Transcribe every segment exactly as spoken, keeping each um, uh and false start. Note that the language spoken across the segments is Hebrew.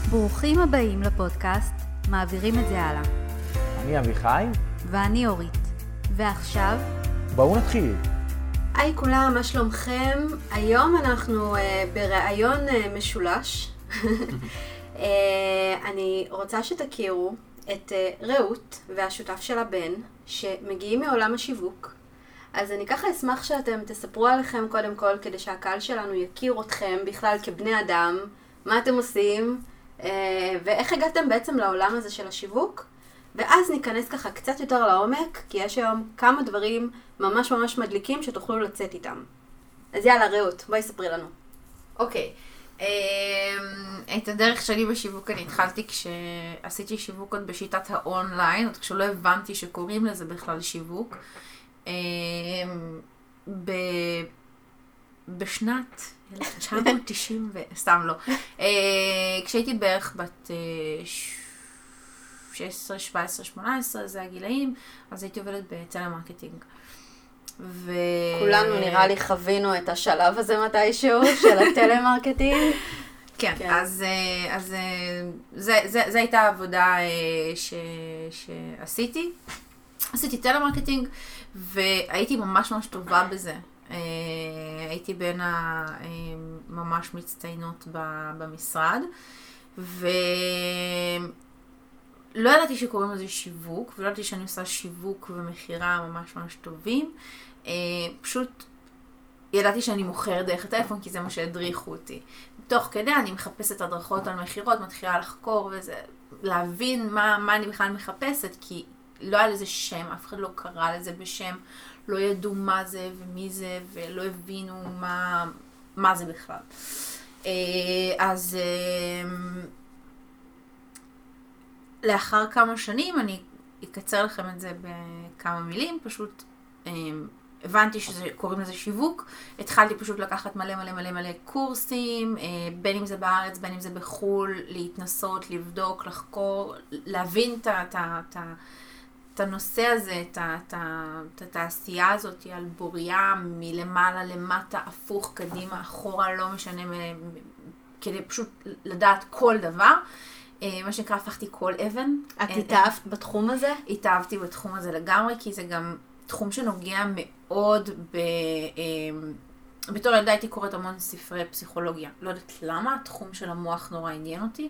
ברוכים הבאים לפודקאסט, מעבירים את זה הלאה. אני אביחי. ואני אורית. ועכשיו... בואו נתחיל. היי כולם, מה שלומכם? היום אנחנו uh, בראיון uh, משולש. uh, אני רוצה שתכירו את uh, רעות והשותף שלה בן, שמגיעים מעולם השיווק. אז אני ככה אשמח שאתם תספרו עליכם קודם כל, כדי שהקהל שלנו יכיר אתכם בכלל כבני אדם, מה אתם עושים, ואיך הגעתם בעצם לעולם הזה של השיווק, ואז ניכנס ככה קצת יותר לעומק, כי יש היום כמה דברים ממש ממש מדליקים שתוכלו לצאת איתם. אז יאללה, רעות, בואי ספרי לנו. אוקיי, את הדרך שלי בשיווק אני התחלתי כשעשיתי שיווק עוד בשיטת האונליין, עוד כשלא הבנתי שקוראים לזה בכלל שיווק. בשנת אלף תשע מאות תשעים, סתם לא. כשהייתי בערך בת שש עשרה, שבע עשרה, שמונה עשרה, זה הגילאים, אז הייתי עובדת בטלמרקטינג. כולנו נראה לי חווינו את השלב הזה מתישהו של הטלמרקטינג. כן, אז זה הייתה העבודה שעשיתי. עשיתי טלמרקטינג, והייתי ממש ממש טובה בזה. הייתי בין הממש מצטיינות במשרד, ולא ידעתי שקוראים לזה שיווק, ולא ידעתי שאני עושה שיווק ומחירה ממש ממש טובים. פשוט ידעתי שאני מוכרת דרך הטלפון, כי זה מה שהדריכו אותי. תוך כדי אני מחפשת הדרכות על מחירות, מתחילה לחקור וזה, להבין מה, מה אני בכלל מחפשת, כי לא היה לזה שם, אף אחד לא קרא לזה בשם, לא ידעו מה זה ומי זה, ולא הבינו מה, מה זה בכלל. אז לאחר כמה שנים, אני אקצר לכם את זה בכמה מילים, פשוט הבנתי שקוראים לזה שיווק, התחלתי פשוט לקחת מלא מלא מלא מלא קורסים, בין אם זה בארץ, בין אם זה בחול, להתנסות, לבדוק, לחקור, להבין את ה... את את הנושא הזה, את התעשייה הזאת על בוריה מלמעלה למטה, הפוך, קדימה, אחורה, לא משנה, כדי פשוט לדעת כל דבר. מה שנקרא, הפכתי כל אבן. את התאהבת בתחום הזה? התאהבתי בתחום הזה לגמרי, כי זה גם תחום שנוגע מאוד ב... בתור ילדה הייתי קוראת המון ספרי פסיכולוגיה. לא יודעת למה, התחום של המוח נורא עניין אותי.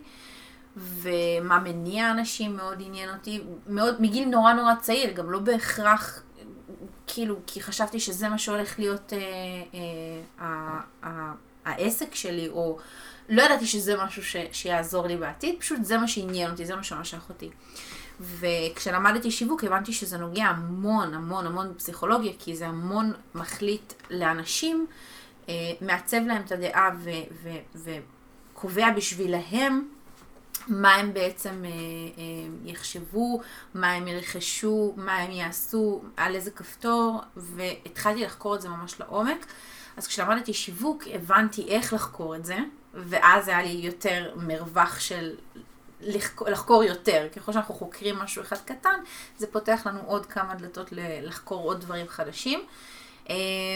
ומה מניע אנשים מאוד עניין אותי, מאוד, מגיל נורא נורא צעיר, גם לא בהכרח, כאילו, כי חשבתי שזה מה שהולך להיות אה, אה, אה, העסק שלי, או לא ידעתי שזה משהו ש, שיעזור לי בעתיד, פשוט זה מה שעניין אותי, זה מה שמשך אותי. וכשלמדתי שיווק הבנתי שזה נוגע המון המון המון בפסיכולוגיה, כי זה המון מחליט לאנשים, אה, מעצב להם את הדעה ו, ו, וקובע בשבילהם, מה הם בעצם אה, אה, יחשבו, מה הם ירכשו, מה הם יעשו, על איזה כפתור, והתחלתי לחקור את זה ממש לעומק. אז כשלמדתי שיווק, הבנתי איך לחקור את זה, ואז היה לי יותר מרווח של לחקור, לחקור יותר. ככל שאנחנו חוקרים משהו אחד קטן, זה פותח לנו עוד כמה דלתות לחקור עוד דברים חדשים. אה,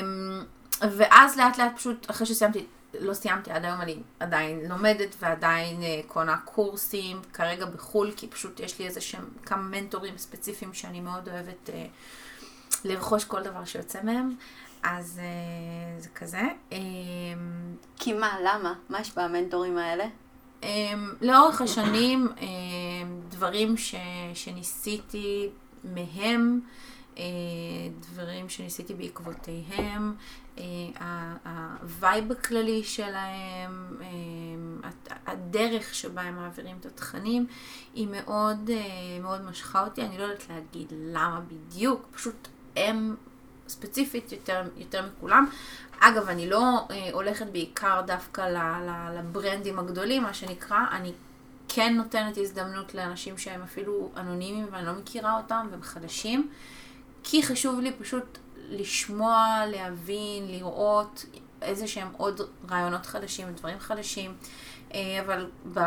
ואז לאט לאט פשוט, אחרי שסיימתי, לא סיימתי, עד היום אני עדיין לומדת ועדיין uh, קונה קורסים, כרגע בחול, כי פשוט יש לי איזה שם, כמה מנטורים ספציפיים שאני מאוד אוהבת uh, לרכוש כל דבר שיוצא מהם, אז uh, זה כזה. Um, כי מה, למה? מה יש במנטורים האלה? Um, לאורך השנים, um, דברים ש, שניסיתי מהם, uh, דברים שניסיתי בעקבותיהם, הווייב הכללי שלהם, הדרך שבה הם מעבירים את התכנים, היא מאוד מאוד משכה אותי. אני לא יודעת להגיד למה בדיוק, פשוט הם ספציפית יותר, יותר מכולם. אגב, אני לא הולכת בעיקר דווקא לברנדים הגדולים, מה שנקרא, אני כן נותנת הזדמנות לאנשים שהם אפילו אנונימיים ואני לא מכירה אותם והם חדשים, כי חשוב לי פשוט לשמוע, להבין, לראות איזה שהם עוד רעיונות חדשים, דברים חדשים, אבל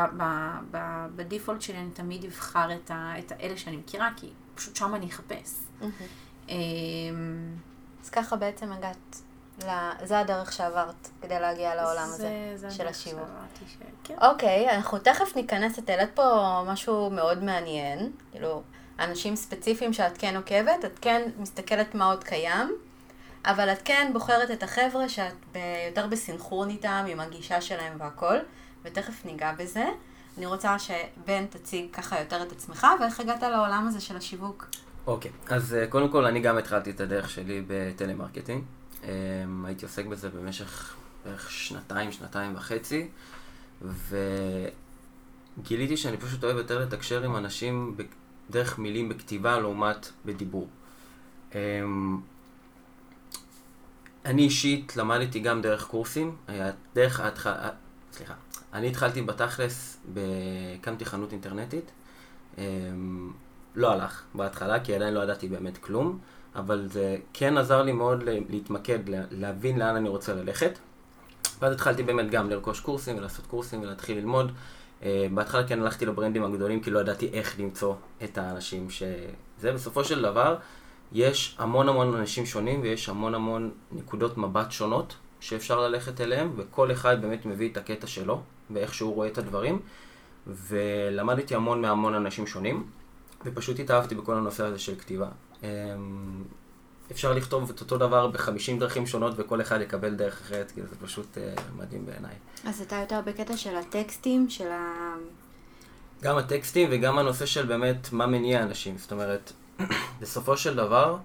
בדיפולט שלי אני תמיד אבחר את האלה שאני מכירה, כי פשוט שם אני אחפש. אז ככה בעצם הגעת זה הדרך שעברת כדי להגיע לעולם הזה זה של השיווק. ש... כן. אוקיי, אנחנו תכף ניכנס, את העלית פה משהו מאוד מעניין, כאילו, אנשים ספציפיים שאת כן עוקבת, את כן מסתכלת מה עוד קיים, אבל את כן בוחרת את החבר'ה שאת יותר בסנכרון איתם, עם הגישה שלהם והכל, ותכף ניגע בזה. אני רוצה שבן תציג ככה יותר את עצמך, ואיך הגעת לעולם הזה של השיווק. אוקיי, אז קודם כל אני גם התחלתי את הדרך שלי בטלמרקטינג. הייתי עוסק בזה במשך בערך שנתיים, שנתיים וחצי, וגיליתי שאני פשוט אוהב יותר לתקשר עם אנשים דרך מילים בכתיבה לעומת בדיבור. אני אישית למדתי גם דרך קורסים, דרך ההתחלה, סליחה, אני התחלתי בתכלס, הקמתי חנות אינטרנטית, לא הלך בהתחלה כי עדיין לא ידעתי באמת כלום, אבל זה כן עזר לי מאוד להתמקד, להבין לאן אני רוצה ללכת. ואז התחלתי באמת גם לרכוש קורסים ולעשות קורסים ולהתחיל ללמוד. בהתחלה כן הלכתי לברנדים הגדולים כי לא ידעתי איך למצוא את האנשים שזה. בסופו של דבר יש המון המון אנשים שונים ויש המון המון נקודות מבט שונות שאפשר ללכת אליהם, וכל אחד באמת מביא את הקטע שלו ואיך שהוא רואה את הדברים. ולמדתי המון מהמון אנשים שונים, ופשוט התאהבתי בכל הנושא הזה של כתיבה. אפשר לכתוב את אותו דבר ב-חמישים דרכים שונות וכל אחד יקבל דרך אחרת, כי זה פשוט מדהים בעיניי. אז אתה יותר בקטע של הטקסטים, של ה... גם הטקסטים וגם הנושא של באמת מה מניע אנשים. זאת אומרת, בסופו של דבר,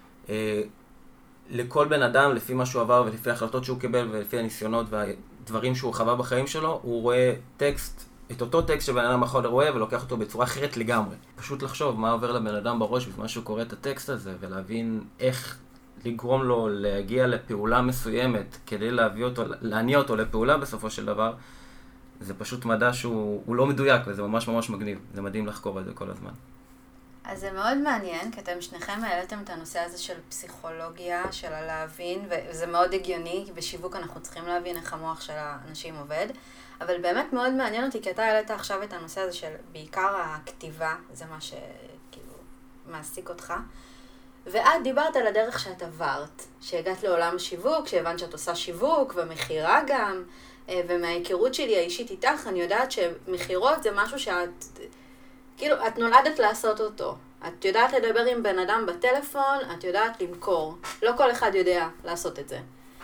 לכל בן אדם, לפי מה שהוא עבר ולפי ההחלטות שהוא קיבל ולפי הניסיונות והדברים שהוא חווה בחיים שלו, הוא רואה טקסט, את אותו טקסט שבן אדם יכול לרואה ולוקח אותו בצורה אחרת לגמרי. פשוט לחשוב מה עובר לבן אדם בראש בזמן שהוא קורא את הטקסט הזה, ולהבין איך לגרום לו להגיע לפעולה מסוימת כדי להביא אותו, להניע אותו לפעולה בסופו של דבר. זה פשוט מדע שהוא לא מדויק, וזה ממש ממש מגניב. זה מדהים לחקור את זה כל הזמן. אז זה מאוד מעניין, כי אתם שניכם העליתם את הנושא הזה של פסיכולוגיה, של הלהבין, וזה מאוד הגיוני, כי בשיווק אנחנו צריכים להבין איך המוח של האנשים עובד. אבל באמת מאוד מעניין אותי, כי אתה העלית עכשיו את הנושא הזה של בעיקר הכתיבה, זה מה שכאילו מעסיק אותך. ואת דיברת על הדרך שאת עברת, שהגעת לעולם השיווק, שהבנת שאת עושה שיווק ומחירה גם, ומההיכרות שלי האישית איתך, אני יודעת שמחירות זה משהו שאת, כאילו, את נולדת לעשות אותו. את יודעת לדבר עם בן אדם בטלפון, את יודעת למכור. לא כל אחד יודע לעשות את זה.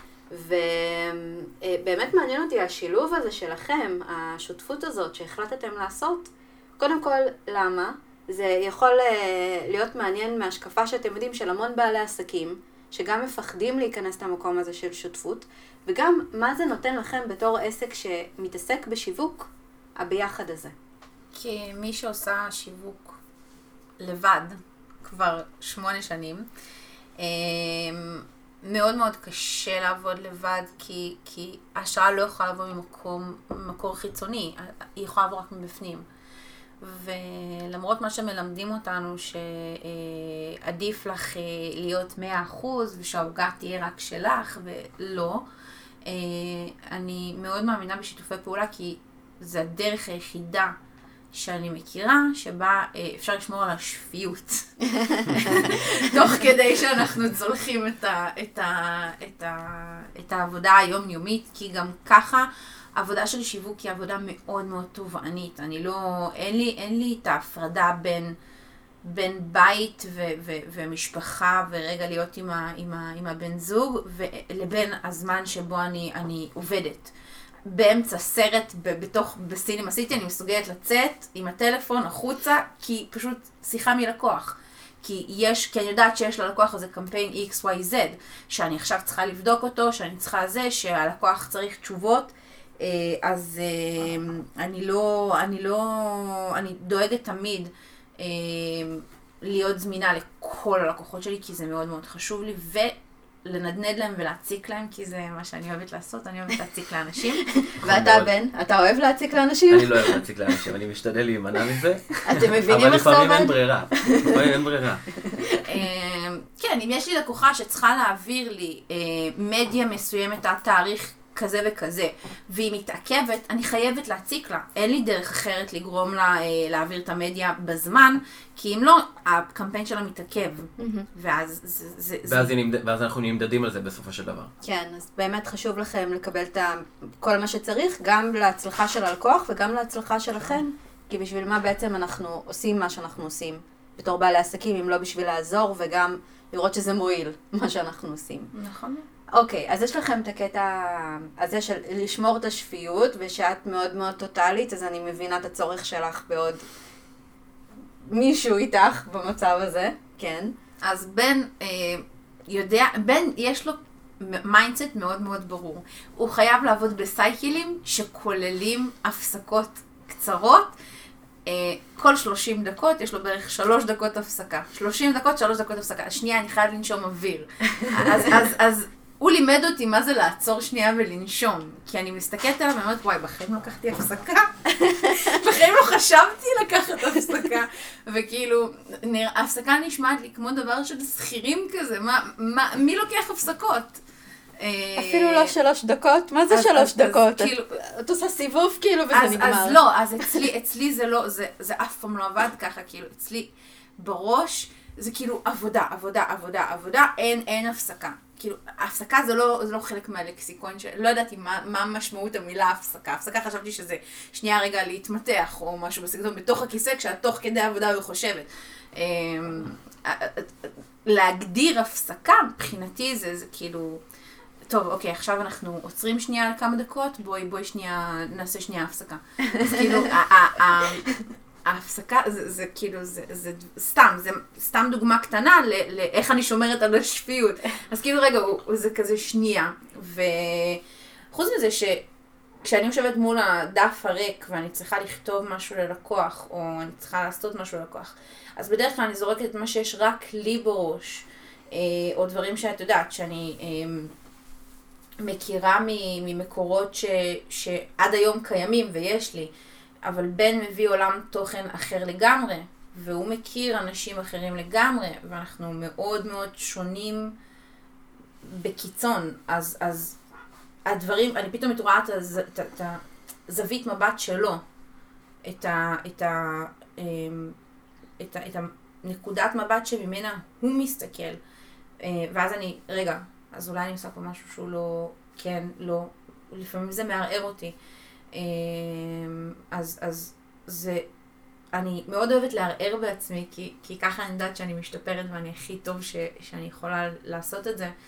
ובאמת מעניין אותי השילוב הזה שלכם, השותפות הזאת שהחלטתם לעשות. קודם כל, למה? זה יכול להיות מעניין מהשקפה שאתם יודעים של המון בעלי עסקים, שגם מפחדים להיכנס למקום הזה של שותפות, וגם מה זה נותן לכם בתור עסק שמתעסק בשיווק, הביחד הזה. כי מי שעושה שיווק לבד כבר שמונה שנים, מאוד מאוד קשה לעבוד לבד, כי, כי ההשראה לא יכולה לבוא ממקום, ממקור חיצוני, היא יכולה לבוא רק מבפנים. ולמרות מה שמלמדים אותנו שעדיף לך להיות מאה אחוז ושהעוגה תהיה רק שלך ולא, אני מאוד מאמינה בשיתופי פעולה, כי זה הדרך היחידה שאני מכירה שבה אפשר לשמור על השפיות תוך כדי שאנחנו צולחים את, ה, את, ה, את, ה, את העבודה היומיומית, כי גם ככה עבודה של שיווק היא עבודה מאוד מאוד תובענית. אני לא, אין לי, אין לי את ההפרדה בין, בין בית ו, ו, ומשפחה ורגע להיות עם, ה, עם, ה, עם הבן זוג, ולבין הזמן שבו אני, אני עובדת. באמצע סרט בתוך, בסינמה סיטי, אני מסוגלת לצאת עם הטלפון החוצה, כי פשוט שיחה מלקוח. כי יש, כי אני יודעת שיש ללקוח הזה קמפיין X Y Z, שאני עכשיו צריכה לבדוק אותו, שאני צריכה זה, שהלקוח צריך תשובות, אז אני לא, אני לא, אני דואגת תמיד להיות זמינה לכל הלקוחות שלי, כי זה מאוד מאוד חשוב לי, ו... לנדנד להם ולהציק להם, כי זה מה שאני אוהבת לעשות, אני אוהבת להציק לאנשים. ואתה בן, אתה אוהב להציק לאנשים? אני לא אוהב להציק לאנשים, אני משתדל להימנע מזה. אתם מבינים איך זה עובד? אבל לפעמים אין ברירה, לפעמים אין ברירה. כן, אם יש לי לקוחה שצריכה להעביר לי מדיה מסוימת, התאריך כזה וכזה, והיא מתעכבת, אני חייבת להציק לה. אין לי דרך אחרת לגרום לה להעביר את המדיה בזמן, כי אם לא, הקמפיין שלה מתעכב. ואז זה... זה, ואז, זה... נמד... ואז אנחנו נמדדים על זה בסופו של דבר. כן, אז באמת חשוב לכם לקבל את כל מה שצריך, גם להצלחה של הלקוח וגם להצלחה שלכם, כי בשביל מה בעצם אנחנו עושים מה שאנחנו עושים, בתור בעלי עסקים, אם לא בשביל לעזור, וגם לראות שזה מועיל, מה שאנחנו עושים. נכון. אוקיי, אז יש לכם את הקטע הזה של לשמור את השפיות, ושאת מאוד מאוד טוטלית, אז אני מבינה את הצורך שלך בעוד מישהו איתך במצב הזה, כן. אז בן אה, יודע, בן יש לו מיינדסט מאוד מאוד ברור. הוא חייב לעבוד בסייקילים שכוללים הפסקות קצרות, כל שלושים דקות, יש לו בערך שלוש דקות הפסקה. שלושים דקות, שלוש דקות הפסקה. שנייה, אני חייב לנשום אוויר. אז, אז, אז הוא לימד אותי מה זה לעצור שנייה ולנשום. כי אני מסתכלת עליו ואומרת, וואי, בחיים לא לקחתי הפסקה. בחיים לא חשבתי לקחת הפסקה. וכאילו, ההפסקה נשמעת לי כמו דבר של שכירים כזה. מה, מה, מי לוקח הפסקות? אפילו לא שלוש דקות? מה זה שלוש דקות? את עושה סיבוב כאילו וזה נגמר. אז לא, אז אצלי זה לא, זה אף פעם לא עבד ככה, כאילו אצלי בראש זה כאילו עבודה, עבודה, עבודה, עבודה, אין הפסקה. כאילו, הפסקה זה לא חלק מהלקסיקון, לא ידעתי מה משמעות המילה הפסקה. הפסקה חשבתי שזה שנייה רגע להתמתח או משהו בסגנון בתוך הכיסא, כשאת תוך כדי עבודה וחושבת. להגדיר הפסקה, מבחינתי זה כאילו... טוב, אוקיי, עכשיו אנחנו עוצרים שנייה על כמה דקות, בואי, בואי שנייה, נעשה שנייה הפסקה. אז כאילו, ההפסקה, זה כאילו, זה סתם, זה סתם דוגמה קטנה לאיך אני שומרת על השפיות. אז כאילו, רגע, זה כזה שנייה. וחוץ מזה שכשאני יושבת מול הדף הריק ואני צריכה לכתוב משהו ללקוח, או אני צריכה לעשות משהו ללקוח, אז בדרך כלל אני זורקת את מה שיש רק לי בראש, או דברים שאת יודעת, שאני... מכירה ממקורות ש, שעד היום קיימים ויש לי, אבל בן מביא עולם תוכן אחר לגמרי, והוא מכיר אנשים אחרים לגמרי, ואנחנו מאוד מאוד שונים בקיצון. אז, אז הדברים, אני פתאום מתרואה את, הז, את, את הזווית מבט שלו, את, ה, את, ה, את, ה, את הנקודת מבט שממנה הוא מסתכל, ואז אני, רגע, אז אולי אני עושה פה משהו שהוא לא, כן, לא, לפעמים זה מערער אותי. אז, אז זה, אני מאוד אוהבת לערער בעצמי, כי, כי ככה אני יודעת שאני משתפרת ואני הכי טוב ש, שאני יכולה לעשות את זה.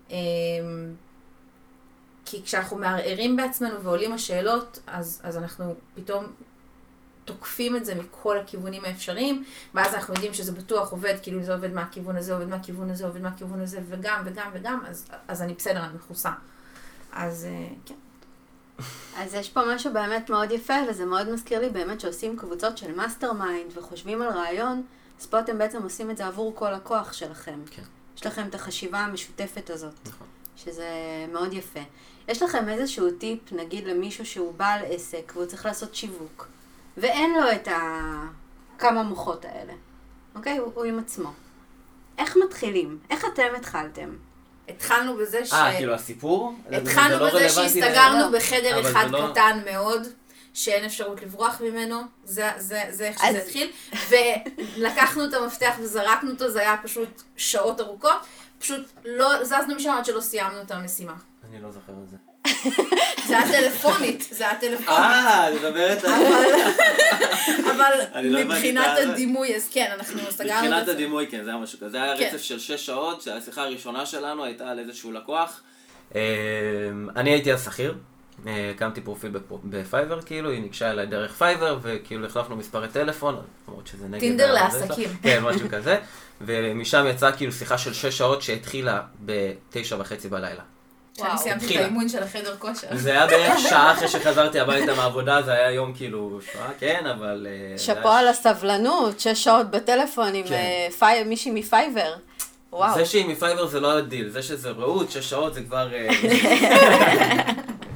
כי כשאנחנו מערערים בעצמנו ועולים השאלות, אז, אז אנחנו פתאום תוקפים את זה מכל הכיוונים האפשריים, ואז אנחנו יודעים שזה בטוח עובד, כאילו זה עובד מהכיוון הזה, עובד מהכיוון הזה, עובד מהכיוון הזה, וגם וגם וגם, אז, אז אני בסדר, אני מחוסה. אז כן. אז יש פה משהו באמת מאוד יפה, וזה מאוד מזכיר לי באמת שעושים קבוצות של מאסטר מיינד, וחושבים על רעיון, אז פה אתם בעצם עושים את זה עבור כל הכוח שלכם. כן. יש לכם את החשיבה המשותפת הזאת, נכון. שזה מאוד יפה. יש לכם איזשהו טיפ, נגיד למישהו שהוא בעל עסק, והוא צריך לעשות שיווק, ואין לו את ה... כמה מוחות האלה. אוקיי? הוא, הוא עם עצמו. איך מתחילים? איך אתם התחלתם? התחלנו בזה ש... אה, כאילו הסיפור? התחלנו לא בזה שהסתגרנו בחדר אחד לא... קטן מאוד, שאין אפשרות לברוח ממנו, זה, זה, זה איך שזה התחיל, ולקחנו את המפתח וזרקנו אותו, זה היה פשוט שעות ארוכות, פשוט לא זזנו משם עד שלא סיימנו את המשימה. אני לא זוכר את זה. זה היה טלפונית, זה היה טלפונית. אה, אני מדברת על... אבל מבחינת הדימוי, אז כן, אנחנו סגרנו את זה. מבחינת הדימוי, כן, זה היה משהו כזה. זה היה רצף של שש שעות, שהשיחה הראשונה שלנו הייתה על איזשהו לקוח. אני הייתי אז שכיר, הקמתי פרופיל בפייבר, כאילו, היא ניגשה אליי דרך פייבר, וכאילו החלפנו מספרי טלפון, למרות שזה נגד... טינדר לעסקים. כן, משהו כזה. ומשם יצאה כאילו שיחה של שש שעות שהתחילה בתשע וחצי בלילה. שאני סיימתי את האימון של החדר כושר. זה היה בערך שעה אחרי שחזרתי הביתה מהעבודה, זה היה יום כאילו שעה, כן, אבל... שפו על הסבלנות, שש שעות בטלפון עם מישהי מפייבר. וואו. זה שהיא מפייבר זה לא הדיל, זה שזה רעות, שש שעות זה כבר...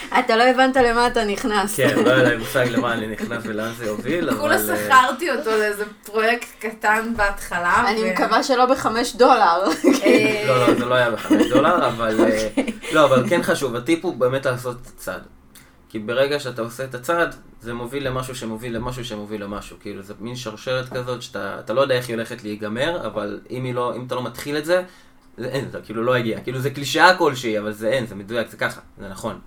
אתה לא הבנת למה אתה נכנס. כן, לא היה לי מושג למה אני נכנס ולאן זה יוביל, אבל... כולה שכרתי אותו לאיזה פרויקט קטן בהתחלה. אני מקווה שלא בחמש דולר. לא, לא, זה לא היה בחמש דולר, אבל... לא, אבל כן חשוב, הטיפ הוא באמת לעשות צעד. כי ברגע שאתה עושה את הצעד, זה מוביל למשהו שמוביל למשהו שמוביל למשהו. כאילו, זה מין שרשרת כזאת שאתה אתה לא יודע איך היא הולכת להיגמר, אבל אם, היא לא, אם אתה לא מתחיל את זה, זה אין, זה כאילו לא הגיע. כאילו, זה קלישאה כלשהי, אבל זה אין, זה מדויק, זה ככה, זה נכון.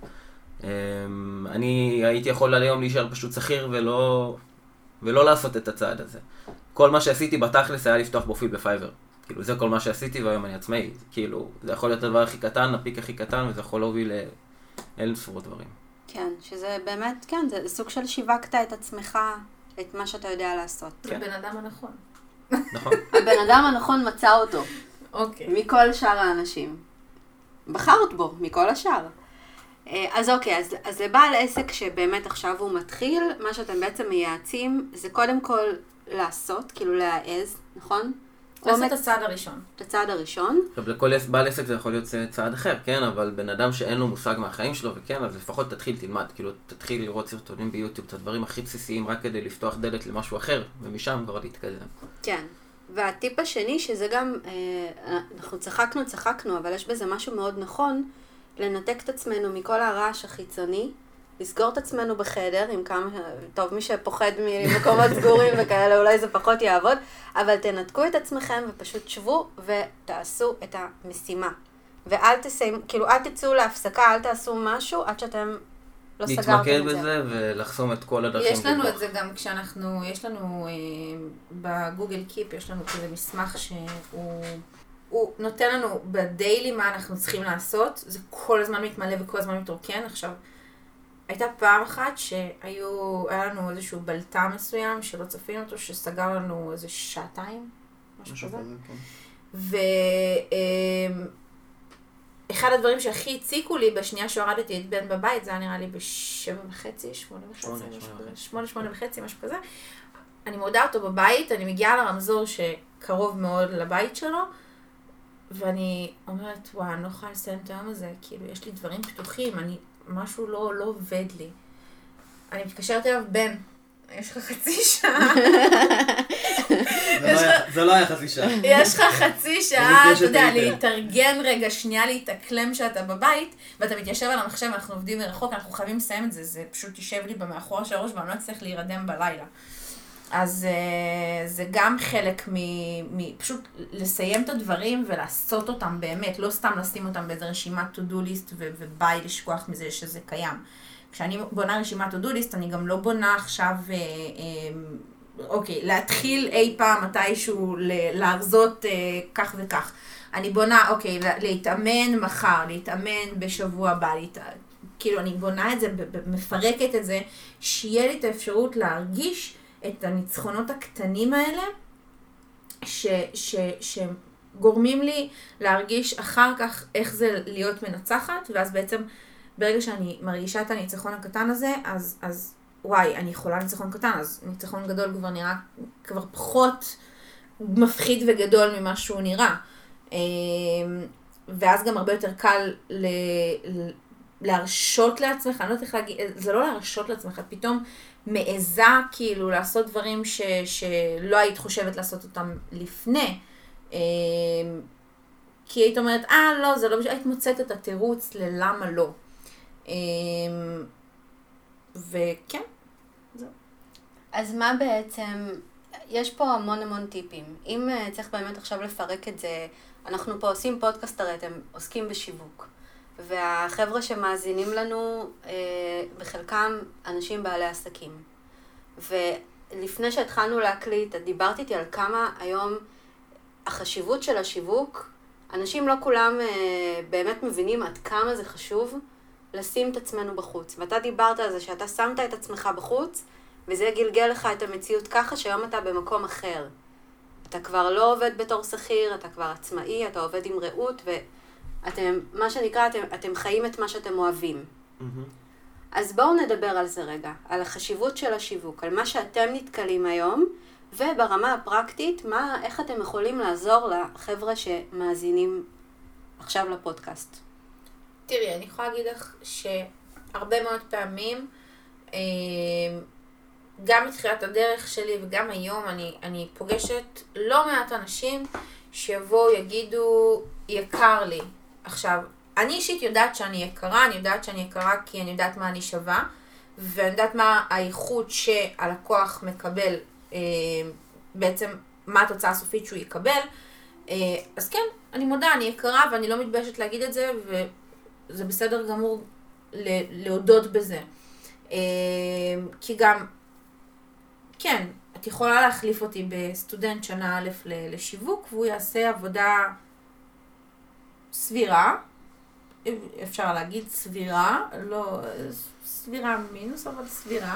אני הייתי יכול היום להישאר פשוט שכיר ולא, ולא לעשות את הצעד הזה. כל מה שעשיתי בתכלס היה לפתוח פרופיל בפייבר. כאילו, זה כל מה שעשיתי, והיום אני עצמאי. כאילו, זה יכול להיות הדבר הכי קטן, הפיק הכי קטן, וזה יכול להוביל לאין ספורות דברים. כן, שזה באמת, כן, זה סוג של שיווקת את עצמך, את מה שאתה יודע לעשות. זה בן אדם הנכון. נכון. הבן אדם הנכון מצא אותו. אוקיי. מכל שאר האנשים. בחרת בו, מכל השאר. אז אוקיי, אז, אז לבעל עסק שבאמת עכשיו הוא מתחיל, מה שאתם בעצם מייעצים, זה קודם כל לעשות, כאילו להעז, נכון? לעשות את הצעד הראשון. את הצעד הראשון. עכשיו, לכל בעל עסק זה יכול להיות צעד אחר, כן? אבל בן אדם שאין לו מושג מהחיים שלו, וכן, אז לפחות תתחיל, תלמד. כאילו, תתחיל לראות סרטונים ביוטיוב, את הדברים הכי בסיסיים, רק כדי לפתוח דלת למשהו אחר, ומשם כבר להתקדם. כן. והטיפ השני, שזה גם, אה, אנחנו צחקנו, צחקנו, אבל יש בזה משהו מאוד נכון, לנתק את עצמנו מכל הרעש החיצוני, לסגור את עצמנו בחדר, עם כמה, טוב, מי שפוחד ממקומות סגורים וכאלה, אולי זה פחות יעבוד, אבל תנתקו את עצמכם ופשוט שבו ותעשו את המשימה. ואל תסיים, כאילו, אל תצאו להפסקה, אל תעשו משהו עד שאתם לא סגרתם את זה. להתמקד בזה ולחסום את כל הדרכים. יש לנו את זה גם כשאנחנו, יש לנו אה, בגוגל קיפ, יש לנו כזה מסמך שהוא... הוא נותן לנו בדיילי מה אנחנו צריכים לעשות, זה כל הזמן מתמלא וכל הזמן מתרוקן. עכשיו, הייתה פעם אחת שהיו, היה לנו איזשהו בלטה מסוים שלא צפינו אותו, שסגר לנו איזה שעתיים, משהו כזה. ואחד הדברים שהכי הציקו לי בשנייה שהורדתי את בן בבית, זה היה נראה לי בשבע וחצי, שמונה וחצי, שמונה, שמונה וחצי, משהו כזה. אני מודעה אותו בבית, אני מגיעה לרמזור שקרוב מאוד לבית שלו, ואני אומרת, וואו, אני לא יכולה לסיים את היום הזה, כאילו, יש לי דברים פתוחים, אני, משהו לא, לא עובד לי. אני מתקשרת אליו, בן, יש לך חצי שעה. זה לא היה חצי שעה. יש לך חצי שעה, אתה יודע, להתארגן רגע, שנייה להתאקלם שאתה בבית, ואתה מתיישב על המחשב, אנחנו עובדים מרחוק, אנחנו חייבים לסיים את זה, זה פשוט יישב לי במאחורה של הראש, ואני לא אצליח להירדם בלילה. אז uh, זה גם חלק מ... מ... פשוט לסיים את הדברים ולעשות אותם באמת, לא סתם לשים אותם באיזה רשימת to-do list ו- וביי לשכוח מזה שזה קיים. כשאני בונה רשימת to-do list, אני גם לא בונה עכשיו, uh, uh, אוקיי, להתחיל אי פעם מתישהו להרזות uh, כך וכך. אני בונה, אוקיי, להתאמן מחר, להתאמן בשבוע הבא, להת... כאילו אני בונה את זה, מפרקת את זה, שיהיה לי את האפשרות להרגיש את הניצחונות הקטנים האלה, ש, ש, שגורמים לי להרגיש אחר כך איך זה להיות מנצחת, ואז בעצם ברגע שאני מרגישה את הניצחון הקטן הזה, אז, אז וואי, אני יכולה ניצחון קטן, אז ניצחון גדול כבר נראה כבר פחות מפחיד וגדול ממה שהוא נראה. ואז גם הרבה יותר קל ל... להרשות לעצמך, אני לא יודעת איך להגיד, זה לא להרשות לעצמך, פתאום מעזה כאילו לעשות דברים ש, שלא היית חושבת לעשות אותם לפני. כי היית אומרת, אה לא, זה לא, היית מוצאת את התירוץ ללמה לא. וכן, זהו. אז מה בעצם, יש פה המון המון טיפים. אם צריך באמת עכשיו לפרק את זה, אנחנו פה עושים פודקאסט, הרי אתם עוסקים בשיווק. והחבר'ה שמאזינים לנו, בחלקם אנשים בעלי עסקים. ולפני שהתחלנו להקליט, דיברתי איתי על כמה היום החשיבות של השיווק, אנשים לא כולם באמת מבינים עד כמה זה חשוב לשים את עצמנו בחוץ. ואתה דיברת על זה שאתה שמת את עצמך בחוץ, וזה גלגל לך את המציאות ככה שהיום אתה במקום אחר. אתה כבר לא עובד בתור שכיר, אתה כבר עצמאי, אתה עובד עם רעות, ואתם, מה שנקרא, אתם, אתם חיים את מה שאתם אוהבים. Mm-hmm. אז בואו נדבר על זה רגע, על החשיבות של השיווק, על מה שאתם נתקלים היום, וברמה הפרקטית, מה, איך אתם יכולים לעזור לחבר'ה שמאזינים עכשיו לפודקאסט. תראי, אני יכולה להגיד לך הרבה מאוד פעמים, גם מתחילת הדרך שלי וגם היום אני, אני פוגשת לא מעט אנשים שיבואו יגידו יקר לי. עכשיו, אני אישית יודעת שאני יקרה, אני יודעת שאני יקרה כי אני יודעת מה אני שווה, ואני יודעת מה האיכות שהלקוח מקבל, אה, בעצם מה התוצאה הסופית שהוא יקבל. אה, אז כן, אני מודה, אני יקרה ואני לא מתביישת להגיד את זה, וזה בסדר גמור להודות בזה. אה, כי גם, כן, את יכולה להחליף אותי בסטודנט שנה א' לשיווק, והוא יעשה עבודה סבירה, אפשר להגיד סבירה, לא סבירה מינוס, אבל סבירה.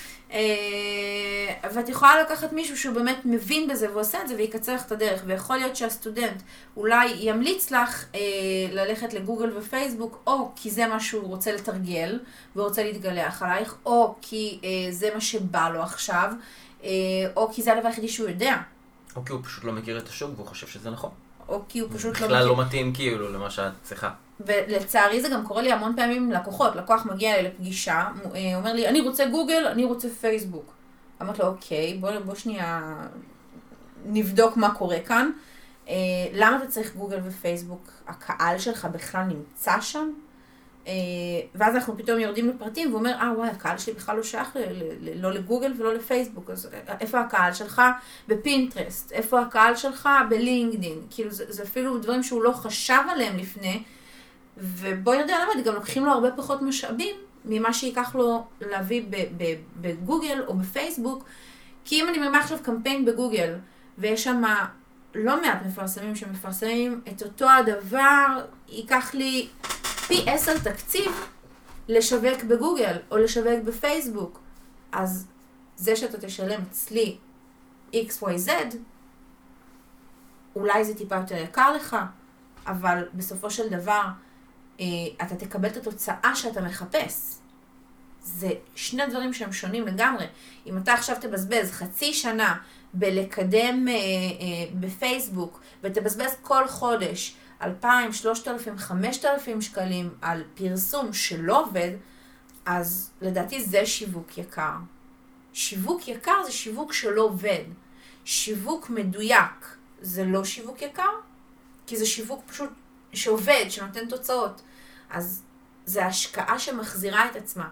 ואת יכולה לקחת מישהו שהוא באמת מבין בזה ועושה את זה ויקצר לך את הדרך, ויכול להיות שהסטודנט אולי ימליץ לך ללכת לגוגל ופייסבוק, או כי זה מה שהוא רוצה לתרגל ורוצה להתגלח עלייך, או כי זה מה שבא לו עכשיו, או כי זה הדבר היחידי שהוא יודע. או כי הוא פשוט לא מכיר את השוק והוא חושב שזה נכון. או כי הוא פשוט לא מכיר. בכלל לא מתאים כאילו למה שאת צריכה. ולצערי זה גם קורה לי המון פעמים עם לקוחות. לקוח מגיע אלי לפגישה, אומר לי, אני רוצה גוגל, אני רוצה פייסבוק. אמרת לו, אוקיי, בוא, בוא שנייה נבדוק מה קורה כאן. למה אתה צריך גוגל ופייסבוק? הקהל שלך בכלל נמצא שם? ואז אנחנו פתאום יורדים לפרטים ואומר, אה וואי, הקהל שלי בכלל לא שייך לא לגוגל ולא לפייסבוק, אז איפה הקהל שלך? בפינטרסט, איפה הקהל שלך? בלינקדין, כאילו זה, זה אפילו דברים שהוא לא חשב עליהם לפני, ובוא יודע למה, גם לוקחים לו הרבה פחות משאבים ממה שיקח לו להביא בגוגל או בפייסבוק, כי אם אני מרמה עכשיו קמפיין בגוגל, ויש שם לא מעט מפרסמים שמפרסמים את אותו הדבר, ייקח לי פי עשר תקציב לשווק בגוגל או לשווק בפייסבוק. אז זה שאתה תשלם אצלי אקס וואי זד, אולי זה טיפה יותר יקר לך, אבל בסופו של דבר אתה תקבל את התוצאה שאתה מחפש. זה שני דברים שהם שונים לגמרי. אם אתה עכשיו תבזבז חצי שנה בלקדם אה, אה, בפייסבוק, ותבזבז כל חודש אלפיים, שלושת אלפים, חמשת אלפים שקלים על פרסום שלא עובד, אז לדעתי זה שיווק יקר. שיווק יקר זה שיווק שלא עובד. שיווק מדויק זה לא שיווק יקר, כי זה שיווק פשוט שעובד, שנותן תוצאות. אז זה השקעה שמחזירה את עצמה.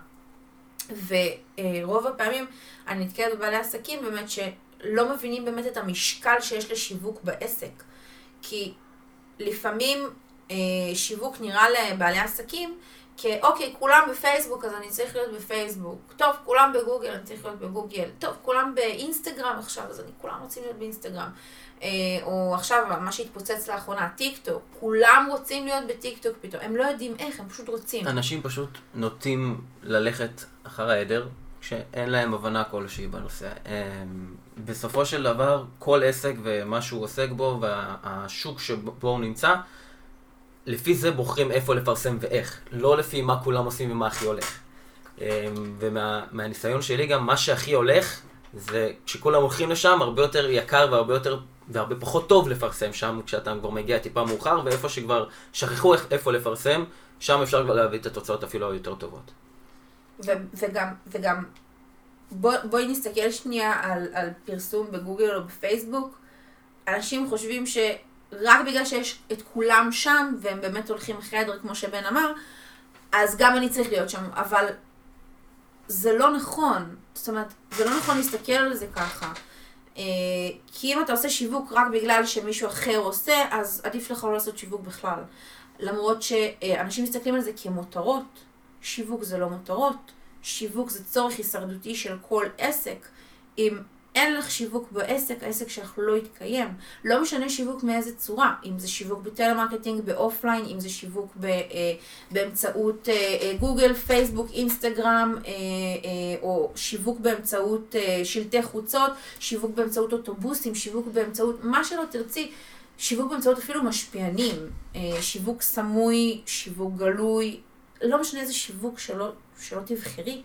ורוב הפעמים אני נתקלת בבעלי עסקים באמת שלא מבינים באמת את המשקל שיש לשיווק בעסק. כי לפעמים אה, שיווק נראה לבעלי עסקים כאוקיי, כולם בפייסבוק אז אני צריך להיות בפייסבוק. טוב, כולם בגוגל, אני צריך להיות בגוגל. טוב, כולם באינסטגרם עכשיו, אז אני כולם רוצים להיות באינסטגרם. אה, או עכשיו, מה שהתפוצץ לאחרונה, טיק טוק. כולם רוצים להיות בטיק טוק פתאום. הם לא יודעים איך, הם פשוט רוצים. אנשים פשוט נוטים ללכת אחר העדר, כשאין להם הבנה כלשהי בנושא. בסופו של דבר, כל עסק ומה שהוא עוסק בו, והשוק שבו הוא נמצא, לפי זה בוחרים איפה לפרסם ואיך. לא לפי מה כולם עושים ומה הכי הולך. ומהניסיון שלי גם, מה שהכי הולך, זה כשכולם הולכים לשם, הרבה יותר יקר והרבה יותר, והרבה פחות טוב לפרסם שם, כשאתה כבר מגיע טיפה מאוחר, ואיפה שכבר שכחו איפה לפרסם, שם אפשר כבר להביא את התוצאות אפילו יותר טובות. ו- וגם, וגם בוא, בואי נסתכל שנייה על, על פרסום בגוגל או בפייסבוק. אנשים חושבים שרק בגלל שיש את כולם שם, והם באמת הולכים אחרי הדבר כמו שבן אמר, אז גם אני צריך להיות שם, אבל זה לא נכון. זאת אומרת, זה לא נכון להסתכל על זה ככה. כי אם אתה עושה שיווק רק בגלל שמישהו אחר עושה, אז עדיף לך לא לעשות שיווק בכלל. למרות שאנשים מסתכלים על זה כמותרות, שיווק זה לא מותרות, שיווק זה צורך הישרדותי של כל עסק. אם אין לך שיווק בעסק, העסק שלך לא יתקיים. לא משנה שיווק מאיזה צורה, אם זה שיווק בטלמרקטינג, באופליין, אם זה שיווק באמצעות גוגל, פייסבוק, אינסטגרם, או שיווק באמצעות שלטי חוצות, שיווק באמצעות אוטובוסים, שיווק באמצעות מה שלא תרצי, שיווק באמצעות אפילו משפיענים, שיווק סמוי, שיווק גלוי, לא משנה איזה שיווק שלא, שלא תבחרי.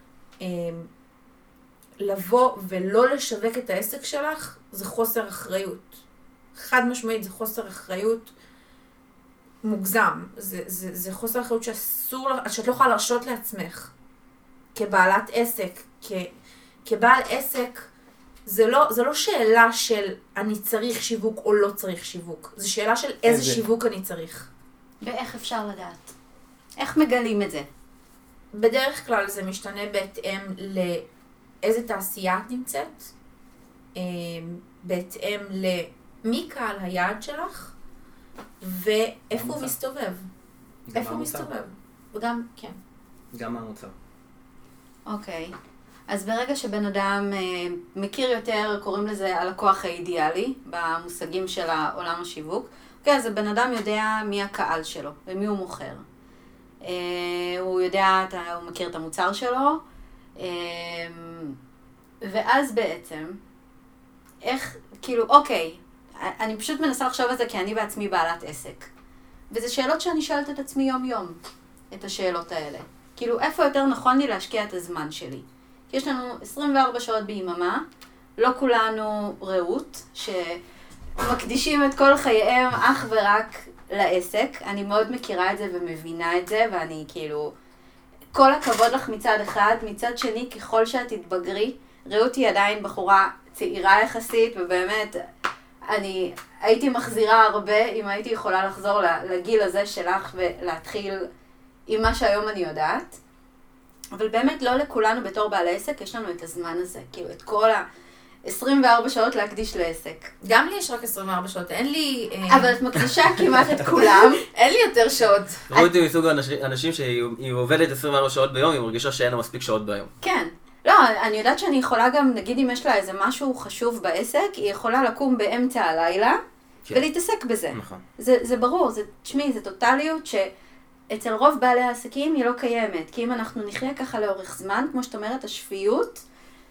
לבוא ולא לשווק את העסק שלך, זה חוסר אחריות. חד משמעית, זה חוסר אחריות. מוגזם. זה, זה, זה חוסר אחריות שאסור, שאת לא יכולה להרשות לעצמך. כבעלת עסק, כ, כבעל עסק, זה לא, זה לא שאלה של אני צריך שיווק או לא צריך שיווק. זה שאלה של איזה איזה. שיווק אני צריך. ואיך אפשר לדעת? איך מגלים את זה? בדרך כלל זה משתנה בהתאם לאיזה תעשייה את נמצאת, בהתאם למי קהל היעד שלך, ואיפה הוא המוצר. מסתובב. גם איפה הוא המוצר. מסתובב. וגם, כן. גם המוצר. אוקיי. אז ברגע שבן אדם אה, מכיר יותר, קוראים לזה הלקוח האידיאלי, במושגים של העולם השיווק, אוקיי, אז הבן אדם יודע מי הקהל שלו, ומי הוא מוכר. אה, הוא יודע, הוא מכיר את המוצר שלו, אה, ואז בעצם, איך, כאילו, אוקיי, אני פשוט מנסה לחשוב על זה כי אני בעצמי בעלת עסק. וזה שאלות שאני שואלת את עצמי יום-יום, את השאלות האלה. כאילו, איפה יותר נכון לי להשקיע את הזמן שלי? כי יש לנו עשרים וארבע שעות ביממה, לא כולנו רעות, שמקדישים את כל חייהם אך ורק לעסק. אני מאוד מכירה את זה ומבינה את זה, ואני כאילו, כל הכבוד לך מצד אחד, מצד שני, ככל שאת תתבגרי, רעות היא עדיין בחורה צעירה יחסית, ובאמת, אני הייתי מחזירה הרבה, אם הייתי יכולה לחזור לגיל הזה שלך ולהתחיל עם מה שהיום אני יודעת. אבל באמת לא לכולנו בתור בעל עסק, יש לנו את הזמן הזה, כאילו את כל ה-עשרים וארבע שעות להקדיש לעסק. גם לי יש רק עשרים וארבע שעות, אין לי... אבל את מקדישה כמעט את כולם. אין לי יותר שעות. רואים אותי מסוג האנשים שהיא עובדת עשרים וארבע שעות ביום, היא מרגישה שאין לה מספיק שעות ביום. כן. לא, אני יודעת שאני יכולה גם, נגיד אם יש לה איזה משהו חשוב בעסק, היא יכולה לקום באמצע הלילה כן. ולהתעסק בזה. נכון. זה, זה ברור, זה, תשמעי, זה טוטליות שאצל רוב בעלי העסקים היא לא קיימת. כי אם אנחנו נחיה ככה לאורך זמן, כמו שאת אומרת, השפיות,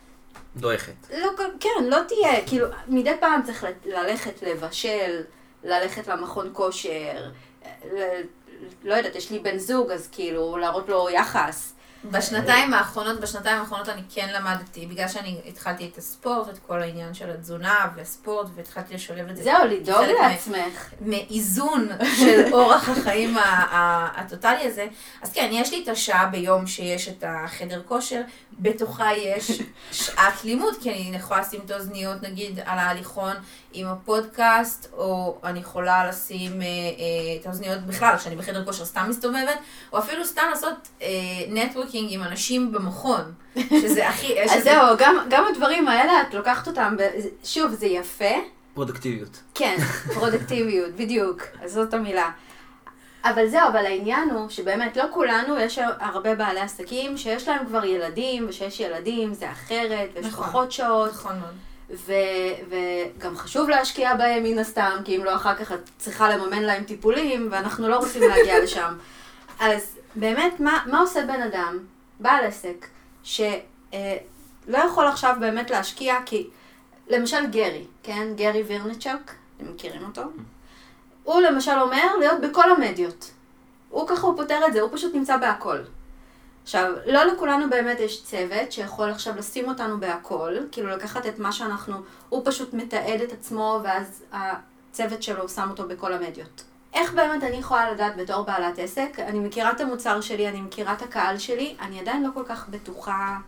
דועכת. לא, כן, לא תהיה. כאילו, מדי פעם צריך ל- ללכת לבשל, ללכת למכון כושר, ל- לא יודעת, יש לי בן זוג, אז כאילו, להראות לו יחס. בשנתיים האחרונות, בשנתיים האחרונות אני כן למדתי, בגלל שאני התחלתי את הספורט, את כל העניין של התזונה והספורט, והתחלתי לשלב את זה. זהו, לדאוג כחלק לעצמך. מאיזון של אורח החיים ה- ה- הטוטלי הזה. אז כן, יש לי את השעה ביום שיש את החדר כושר, בתוכה יש שעת לימוד, כי אני יכולה לשים את האוזניות נגיד על ההליכון עם הפודקאסט, או אני יכולה לשים אה, אה, את האוזניות בכלל, כשאני בחדר כושר סתם מסתובבת, או אפילו סתם לעשות אה, נטוורקינג עם אנשים במכון, שזה הכי... אז שזה... זהו, גם, גם הדברים האלה, את לוקחת אותם, ב... שוב, זה יפה. פרודקטיביות. כן, פרודקטיביות, בדיוק, אז זאת המילה. אבל זהו, אבל העניין הוא שבאמת לא כולנו, יש הרבה בעלי עסקים שיש להם כבר ילדים, ושיש ילדים, זה אחרת, ויש נכון. פחות שעות. נכון מאוד. ו- וגם חשוב להשקיע בהם מן הסתם, כי אם לא אחר כך את צריכה לממן להם טיפולים, ואנחנו לא רוצים להגיע לשם. אז באמת, מה, מה עושה בן אדם, בעל עסק, שלא יכול עכשיו באמת להשקיע, כי למשל גרי, כן? גרי וירנצ'וק, אתם מכירים אותו? הוא למשל אומר להיות בכל המדיות. הוא ככה, הוא פותר את זה, הוא פשוט נמצא בהכל. עכשיו, לא לכולנו באמת יש צוות שיכול עכשיו לשים אותנו בהכל, כאילו לקחת את מה שאנחנו, הוא פשוט מתעד את עצמו ואז הצוות שלו שם אותו בכל המדיות. איך באמת אני יכולה לדעת בתור בעלת עסק? אני מכירה את המוצר שלי, אני מכירה את הקהל שלי, אני עדיין לא כל כך בטוחה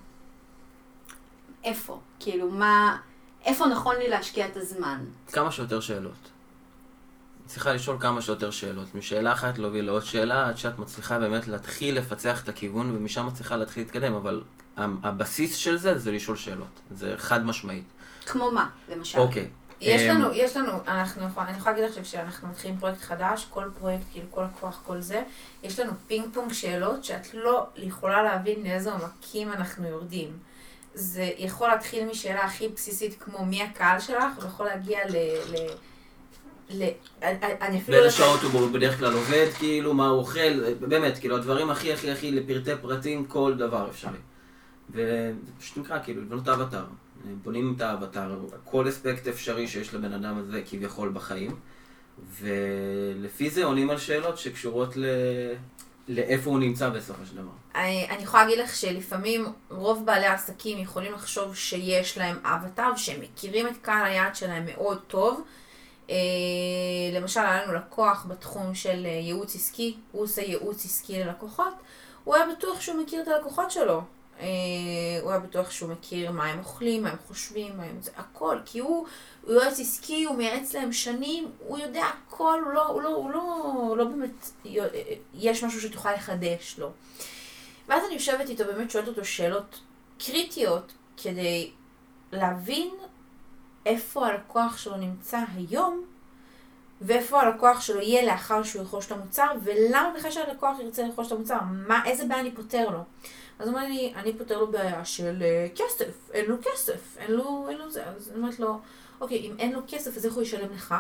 איפה, כאילו מה, איפה נכון לי להשקיע את הזמן. כמה שיותר שאלות. צריכה לשאול כמה שיותר שאלות. משאלה אחת להוביל לעוד שאלה, עד שאת מצליחה באמת להתחיל לפצח את הכיוון, ומשם מצליחה להתחיל להתקדם, אבל הבסיס של זה זה לשאול שאלות. זה חד משמעית. כמו מה, למשל? אוקיי. יש אמ, לנו, יש לנו, אנחנו, אני יכולה להגיד לך שכשאנחנו מתחילים פרויקט חדש, כל פרויקט, כאילו כל הכוח, כל זה, יש לנו פינג פונג שאלות שאת לא יכולה להבין לאיזה עומקים אנחנו יורדים. זה יכול להתחיל משאלה הכי בסיסית כמו מי הקהל שלך, ויכול להגיע ל... ל ל... אני אפילו... באיזה שעות הוא בדרך כלל עובד, כאילו, מה הוא אוכל, באמת, כאילו, הדברים הכי הכי הכי לפרטי פרטים, כל דבר אפשרי. וזה פשוט נקרא, כאילו, לבנות את האבטר. בונים את האבטר, כל אספקט אפשרי שיש לבן אדם הזה כביכול בחיים, ולפי זה עונים על שאלות שקשורות ל... לאיפה הוא נמצא בסופו של דבר. אני, אני יכולה להגיד לך שלפעמים רוב בעלי העסקים יכולים לחשוב שיש להם אבטר, שהם מכירים את קהל היעד שלהם מאוד טוב, למשל, היה לנו לקוח בתחום של ייעוץ עסקי, הוא עושה ייעוץ עסקי ללקוחות, הוא היה בטוח שהוא מכיר את הלקוחות שלו. הוא היה בטוח שהוא מכיר מה הם אוכלים, מה הם חושבים, מה הם... זה הכל, כי הוא, הוא יועץ עסקי, הוא מייעץ להם שנים, הוא יודע הכל, הוא לא, הוא לא, הוא לא, הוא לא באמת, יש משהו שתוכל לחדש לו. ואז אני יושבת איתו, באמת שואלת אותו שאלות קריטיות, כדי להבין איפה הלקוח שלו נמצא היום, ואיפה הלקוח שלו יהיה לאחר שהוא ירכוש את המוצר, ולמה בכלל שהלקוח ירצה לרכוש את המוצר, מה, איזה בעיה אני פותר לו. אז הוא אומר לי, אני פותר לו בעיה של כסף, אין לו כסף, אין לו, אין לו זה. אז אני אומרת לו, אוקיי, אם אין לו כסף, אז איך הוא ישלם לך?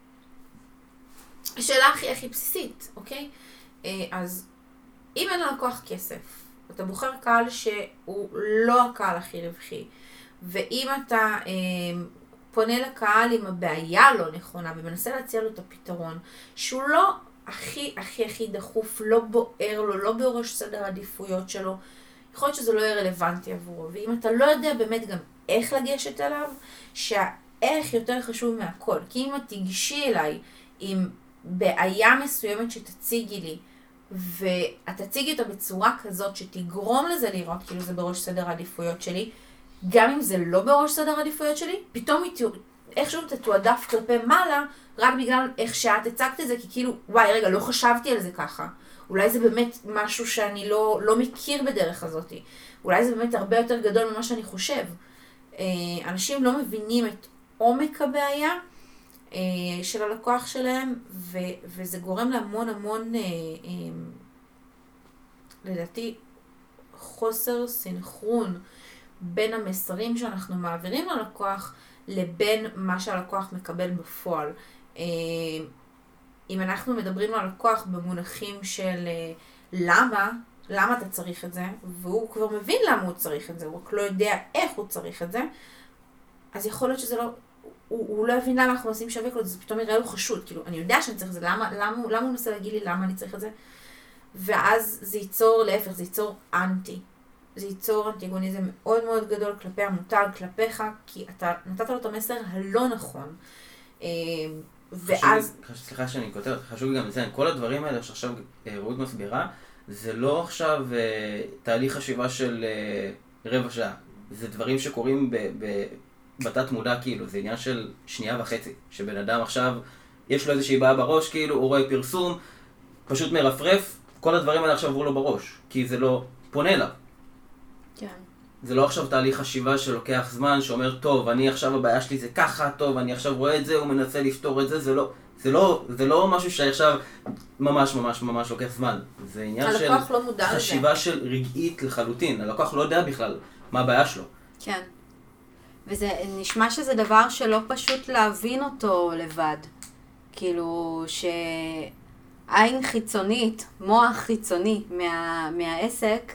השאלה הכי הכי בסיסית, אוקיי? אז אם אין ללקוח כסף, אתה בוחר קהל שהוא לא הקהל הכי רווחי, ואם אתה אה, פונה לקהל עם הבעיה לא נכונה, ומנסה להציע לו את הפתרון, שהוא לא הכי הכי הכי דחוף, לא בוער לו, לא בראש סדר העדיפויות שלו, יכול להיות שזה לא יהיה רלוונטי עבורו. ואם אתה לא יודע באמת גם איך לגשת אליו, שהאיך יותר חשוב מהכל. כי אם את תיגשי אליי עם בעיה מסוימת שתציגי לי, ואת תציגי אותה בצורה כזאת שתגרום לזה לראות כאילו זה בראש סדר העדיפויות שלי, גם אם זה לא בראש סדר העדיפויות שלי, פתאום איכשהו תתועדף כלפי מעלה, רק בגלל איך שאת הצגת את זה, כי כאילו, וואי, רגע, לא חשבתי על זה ככה. אולי זה באמת משהו שאני לא, לא מכיר בדרך הזאת. אולי זה באמת הרבה יותר גדול ממה שאני חושב. אנשים לא מבינים את עומק הבעיה של הלקוח שלהם, ו, וזה גורם להמון המון, לדעתי, חוסר סינכרון בין המסרים שאנחנו מעבירים ללקוח, לבין מה שהלקוח מקבל בפועל. אם אנחנו מדברים על לקוח במונחים של למה, למה אתה צריך את זה, והוא כבר מבין למה הוא צריך את זה, הוא רק לא יודע איך הוא צריך את זה, אז יכול להיות שזה לא, הוא, הוא לא הבין למה אנחנו עושים שווק לו, זה פתאום יראה לו חשוד, כאילו, אני יודע שאני צריך את זה, למה, למה, למה הוא מנסה להגיד לי למה אני צריך את זה? ואז זה ייצור להפך, זה ייצור אנטי. זה ייצור אנטיגוניזם מאוד מאוד גדול כלפי המותג, כלפיך, כי אתה נתת לו את המסר הלא נכון. ואז... סליחה שאני כותב, חשוב לי גם לציין, כל הדברים האלה שעכשיו רעות מסבירה, זה לא עכשיו תהליך חשיבה של רבע שעה. זה דברים שקורים בתת מודע, כאילו, זה עניין של שנייה וחצי. שבן אדם עכשיו, יש לו איזושהי בעיה בראש, כאילו, הוא רואה פרסום, פשוט מרפרף, כל הדברים האלה עכשיו עברו לו בראש, כי זה לא פונה אליו. כן. זה לא עכשיו תהליך חשיבה שלוקח זמן, שאומר, טוב, אני עכשיו הבעיה שלי זה ככה, טוב, אני עכשיו רואה את זה, הוא מנסה לפתור את זה, זה לא, זה לא, זה לא משהו שעכשיו ממש ממש ממש לוקח זמן. זה עניין של לא מודע חשיבה לזה. של רגעית לחלוטין. הלקוח לא יודע בכלל מה הבעיה שלו. כן. וזה נשמע שזה דבר שלא פשוט להבין אותו לבד. כאילו שעין חיצונית, מוח חיצוני מה, מהעסק,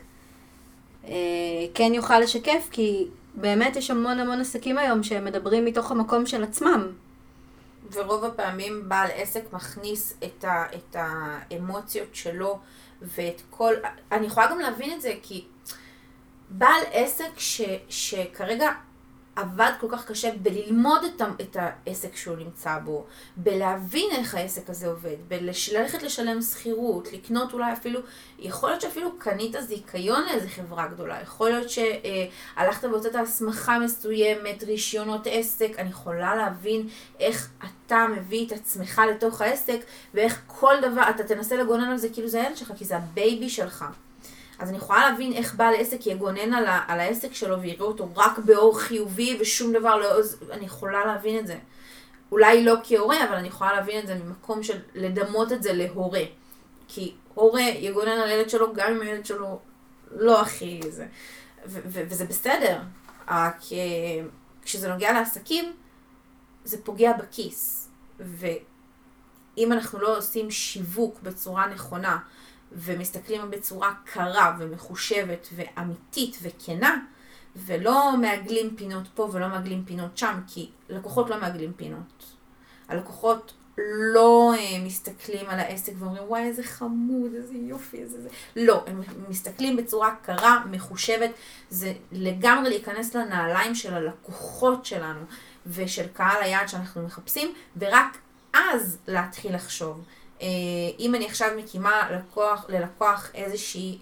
כן יוכל לשקף, כי באמת יש המון המון עסקים היום שהם מדברים מתוך המקום של עצמם. ורוב הפעמים בעל עסק מכניס את, ה, את האמוציות שלו ואת כל... אני יכולה גם להבין את זה, כי בעל עסק ש, שכרגע עבד כל כך קשה בללמוד את, את העסק שהוא נמצא בו, בלהבין איך העסק הזה עובד, בללכת לשלם שכירות, לקנות אולי אפילו, יכול להיות שאפילו קנית זיכיון לאיזו חברה גדולה, יכול להיות שהלכת והוצאת הסמכה מסוימת, רישיונות עסק, אני יכולה להבין איך אתה מביא את עצמך לתוך העסק, ואיך כל דבר, אתה תנסה לגונן על זה כאילו זה הילד שלך, כי זה הבייבי שלך. אז אני יכולה להבין איך בעל עסק יגונן על, ה- על העסק שלו ויראה אותו רק באור חיובי ושום דבר לא... אני יכולה להבין את זה. אולי לא כהורה, אבל אני יכולה להבין את זה ממקום של לדמות את זה להורה. כי הורה יגונן על הילד שלו גם אם הילד שלו לא הכי זה. ו- ו- וזה בסדר. רק כשזה נוגע לעסקים, זה פוגע בכיס. ואם אנחנו לא עושים שיווק בצורה נכונה, ומסתכלים בצורה קרה ומחושבת ואמיתית וכנה, ולא מעגלים פינות פה ולא מעגלים פינות שם, כי לקוחות לא מעגלים פינות. הלקוחות לא uh, מסתכלים על העסק ואומרים, וואי, איזה חמוד, איזה יופי, איזה זה. לא, הם מסתכלים בצורה קרה, מחושבת, זה לגמרי להיכנס לנעליים של הלקוחות שלנו, ושל קהל היעד שאנחנו מחפשים, ורק ואז להתחיל לחשוב. אם אני עכשיו מקימה לקוח, ללקוח איזושהי,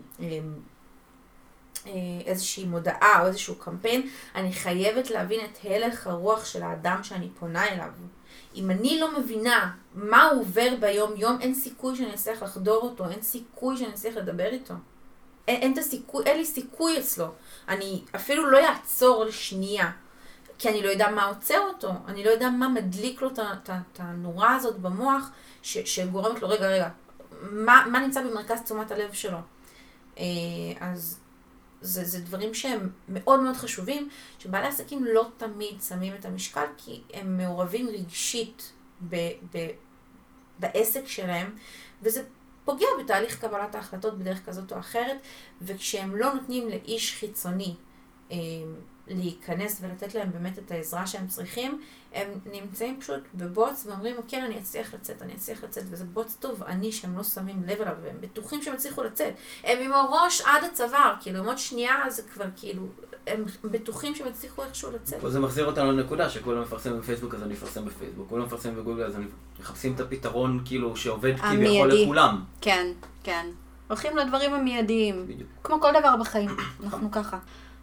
איזושהי מודעה או איזשהו קמפיין, אני חייבת להבין את הלך הרוח של האדם שאני פונה אליו. אם אני לא מבינה מה הוא עובר ביום יום, אין סיכוי שאני אצליח לחדור אותו, אין סיכוי שאני אצליח לדבר איתו. אין, אין, הסיכוי, אין לי סיכוי אצלו. אני אפילו לא יעצור לשנייה, כי אני לא יודע מה עוצר אותו, אני לא יודע מה מדליק לו את הנורה הזאת במוח, ש, שגורמת לו, רגע, רגע, מה, מה נמצא במרכז תשומת הלב שלו. אז זה, זה דברים שהם מאוד מאוד חשובים, שבעלי עסקים לא תמיד שמים את המשקל, כי הם מעורבים רגשית ב, ב, בעסק שלהם, וזה פוגע בתהליך קבלת ההחלטות בדרך כזאת או אחרת, וכשהם לא נותנים לאיש חיצוני אה, להיכנס ולתת להם באמת את העזרה שהם צריכים, הם נמצאים פשוט בבוץ ואומרים, כן, אני אצליח לצאת, אני אצליח לצאת, וזה בוץ טוב, אני שהם לא שמים לב אליו, והם בטוחים שהם הצליחו לצאת. הם עם הראש עד הצוואר, כאילו, עוד שנייה זה כבר כאילו, הם בטוחים שהם הצליחו איכשהו לצאת. זה מחזיר אותנו לנקודה, שכולם מפרסם בפייסבוק, אז אני אפרסם בפייסבוק, כולם מפרסם בגוגל, אז אני מחפשים את הפתרון, כאילו, שעובד כביכול לכולם. כן, כן. הולכים לדברים המיידיים. בדיוק. כמו כל דבר בחיים, אנחנו ככה.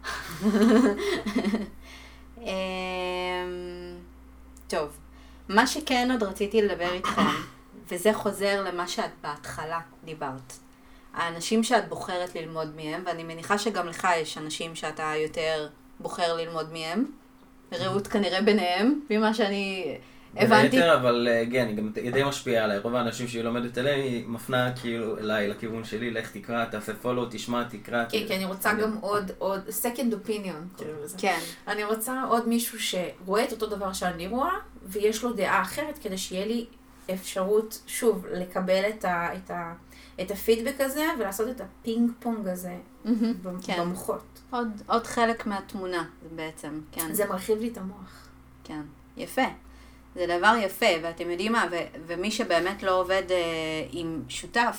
טוב, מה שכן עוד רציתי לדבר איתכם, וזה חוזר למה שאת בהתחלה דיברת. האנשים שאת בוחרת ללמוד מהם, ואני מניחה שגם לך יש אנשים שאתה יותר בוחר ללמוד מהם, רעות כנראה ביניהם, ממה שאני הבנתי. ביתר, אבל כן, היא גם די משפיעה עליי. רוב האנשים שהיא לומדת אליי, היא מפנה כאילו אליי, לכיוון שלי, לך תקרא, תעשה פולו, תשמע, תקרא. כן, כי אני רוצה גם עוד, עוד, second opinion. כן. אני רוצה עוד מישהו שרואה את אותו דבר שאני רואה, ויש לו דעה אחרת, כדי שיהיה לי אפשרות, שוב, לקבל את ה, את ה, את הפידבק הזה, ולעשות את הפינג פונג הזה במוחות. עוד, עוד חלק מהתמונה, בעצם, כן. זה מרחיב לי את המוח. כן, יפה. זה דבר יפה, ואתם יודעים מה, ו- ומי שבאמת לא עובד אה, עם שותף,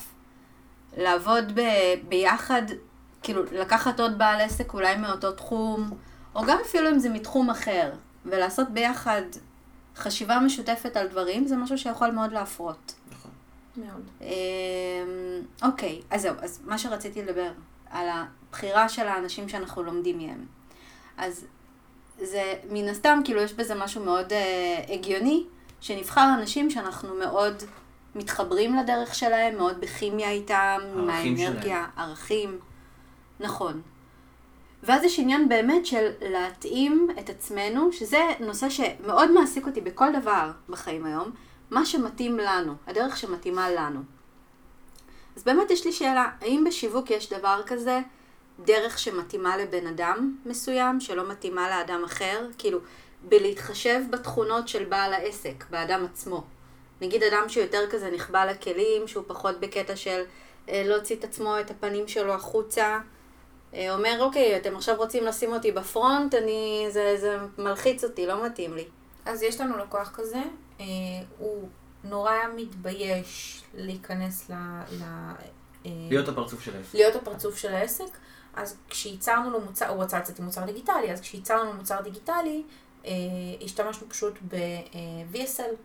לעבוד ב- ביחד, כאילו לקחת עוד בעל עסק אולי מאותו תחום, או גם אפילו אם זה מתחום אחר, ולעשות ביחד חשיבה משותפת על דברים, זה משהו שיכול מאוד להפרות. נכון. מאוד. אה, אוקיי, אז זהו, אז מה שרציתי לדבר, על הבחירה של האנשים שאנחנו לומדים מהם. אז זה מן הסתם, כאילו יש בזה משהו מאוד אה, הגיוני, שנבחר אנשים שאנחנו מאוד מתחברים לדרך שלהם, מאוד בכימיה איתם, מהאנרגיה, ערכים. נכון. ואז יש עניין באמת של להתאים את עצמנו, שזה נושא שמאוד מעסיק אותי בכל דבר בחיים היום, מה שמתאים לנו, הדרך שמתאימה לנו. אז באמת יש לי שאלה, האם בשיווק יש דבר כזה, דרך שמתאימה לבן אדם מסוים, שלא מתאימה לאדם אחר, כאילו, בלהתחשב בתכונות של בעל העסק, באדם עצמו. נגיד אדם שיותר כזה נכבה לכלים, שהוא פחות בקטע של אה, להוציא את עצמו, את הפנים שלו החוצה, אה, אומר, אוקיי, אתם עכשיו רוצים לשים אותי בפרונט, אני, זה, זה מלחיץ אותי, לא מתאים לי. אז יש לנו לקוח כזה, אה, הוא נורא מתבייש להיכנס ל... ל אה, להיות הפרצוף של העסק. להיות הפרצוף של העסק. אז כשייצרנו לו מוצר, הוא רצה לצאת עם מוצר דיגיטלי, אז כשייצרנו לו מוצר דיגיטלי, אה, השתמשנו פשוט ב-וי אס אל,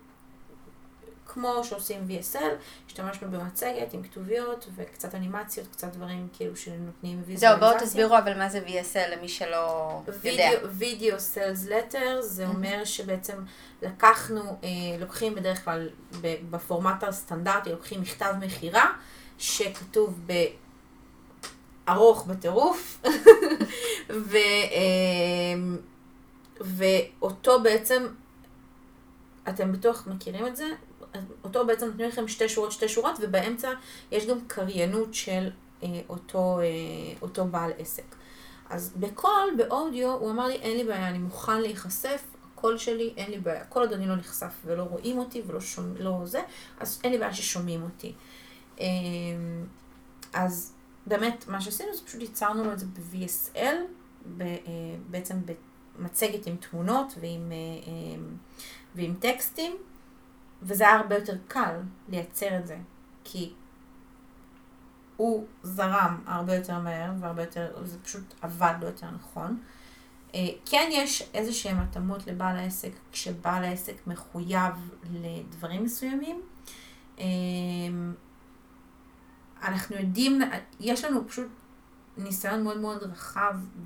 כמו שעושים וי אס אל, השתמשנו במצגת עם כתוביות וקצת אנימציות, קצת דברים כאילו שנותנים ויזואליזציה. זהו, בואו תסבירו אבל מה זה וי אס אל למי שלא יודע. Video Sales Letter, זה אומר שבעצם לקחנו, אה, לוקחים בדרך כלל בפורמט הסטנדרטי, לוקחים מכתב מחירה, שכתוב ב... ארוך בטירוף, ו, ואותו בעצם, אתם בטוח מכירים את זה, אותו בעצם נותנים לכם שתי שורות, שתי שורות, ובאמצע יש גם קריינות של אותו, אותו בעל עסק. אז בקול, באודיו, הוא אמר לי, אין לי בעיה, אני מוכן להיחשף, הקול שלי, אין לי בעיה, כל עוד אני לא נחשף ולא רואים אותי ולא שומע, לא זה, אז אין לי בעיה ששומעים אותי. אז באמת, מה שעשינו זה פשוט ייצרנו לו את זה ב-וי אס אל, בעצם במצגת עם תמונות ועם, ועם טקסטים, וזה היה הרבה יותר קל לייצר את זה, כי הוא זרם הרבה יותר מהר, והרבה יותר, זה פשוט עבד לו יותר נכון. כן יש איזה שהם התאמות לבעל העסק, כשבעל העסק מחויב לדברים מסוימים. אנחנו יודעים, יש לנו פשוט ניסיון מאוד מאוד רחב ב,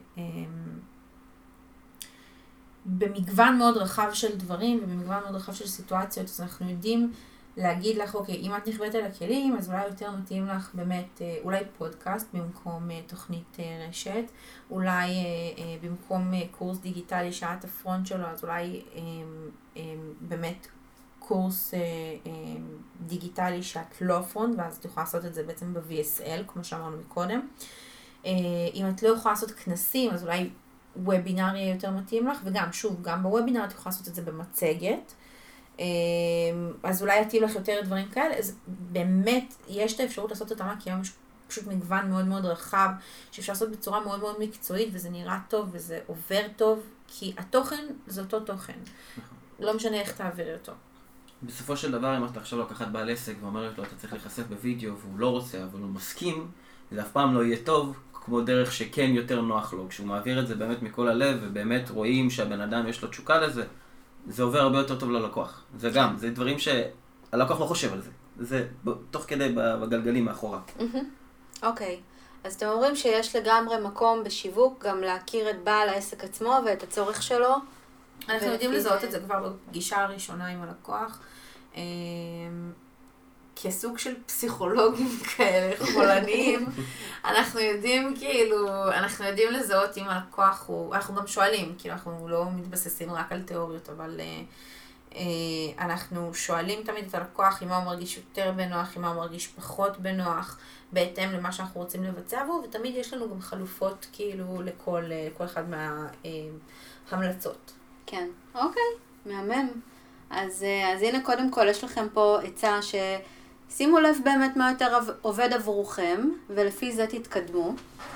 במגוון מאוד רחב של דברים ובמגוון מאוד רחב של סיטואציות, אז אנחנו יודעים להגיד לך, אוקיי, אם את נכבדת על הכלים, אז אולי יותר מתאים לך באמת, אולי פודקאסט במקום תוכנית רשת, אולי במקום קורס דיגיטלי שאת הפרונט שלו, אז אולי באמת קורס דיגיטלי שאת לא הפרונט, ואז את יכולה לעשות את זה בעצם ב-וי אס אל, כמו שאמרנו מקודם. אם את לא יכולה לעשות כנסים, אז אולי וובינר יהיה יותר מתאים לך, וגם, שוב, גם בוובינר את יכולה לעשות את זה במצגת. אז אולי יתאים לך יותר דברים כאלה, אז באמת יש את האפשרות לעשות אותם, כי היום יש פשוט מגוון מאוד מאוד רחב, שאפשר לעשות בצורה מאוד מאוד מקצועית, וזה נראה טוב, וזה עובר טוב, כי התוכן זה אותו תוכן. לא משנה איך תעבירי אותו. בסופו של דבר, אם אתה עכשיו לוקחת בעל עסק ואומרת לו, אתה צריך להיחשף בווידאו, והוא לא רוצה, אבל הוא מסכים, זה אף פעם לא יהיה טוב, כמו דרך שכן יותר נוח לו. כשהוא מעביר את זה באמת מכל הלב, ובאמת רואים שהבן אדם יש לו תשוקה לזה, זה עובר הרבה יותר טוב ללקוח. זה גם, זה דברים שהלקוח לא חושב על זה. זה תוך כדי בגלגלים מאחורה. אוקיי. אז אתם אומרים שיש לגמרי מקום בשיווק גם להכיר את בעל העסק עצמו ואת הצורך שלו. אנחנו יודעים לזהות את זה כבר בפגישה הראשונה עם הלקוח. כסוג של פסיכולוגים כאלה, חולניים, אנחנו יודעים כאילו, אנחנו יודעים לזהות אם הלקוח הוא, אנחנו גם שואלים, כאילו אנחנו לא מתבססים רק על תיאוריות, אבל אה, אנחנו שואלים תמיד את הלקוח אם הוא מרגיש יותר בנוח, אם הוא מרגיש פחות בנוח, בהתאם למה שאנחנו רוצים לבצע בו, ותמיד יש לנו גם חלופות כאילו לכל, לכל אחד מההמלצות. כן, אוקיי, מהמם. אז, אז הנה קודם כל יש לכם פה עצה ש... שימו לב באמת מה יותר עובד עבורכם, ולפי זה תתקדמו.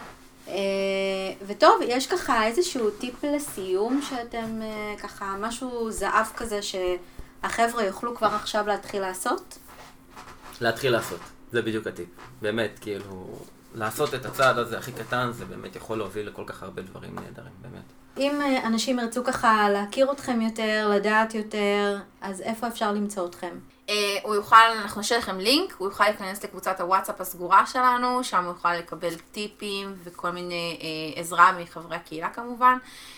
וטוב, יש ככה איזשהו טיפ לסיום, שאתם ככה משהו זהב כזה, שהחבר'ה יוכלו כבר עכשיו להתחיל לעשות? להתחיל לעשות, זה בדיוק הטיפ. באמת, כאילו, לעשות את הצעד הזה הכי קטן, זה באמת יכול להוביל לכל כך הרבה דברים נהדרים, באמת. אם אנשים ירצו ככה להכיר אתכם יותר, לדעת יותר, אז איפה אפשר למצוא אתכם? הוא יוכל, אנחנו נשאר לכם לינק, הוא יוכל להיכנס לקבוצת הוואטסאפ הסגורה שלנו, שם הוא יוכל לקבל טיפים וכל מיני עזרה מחברי הקהילה כמובן.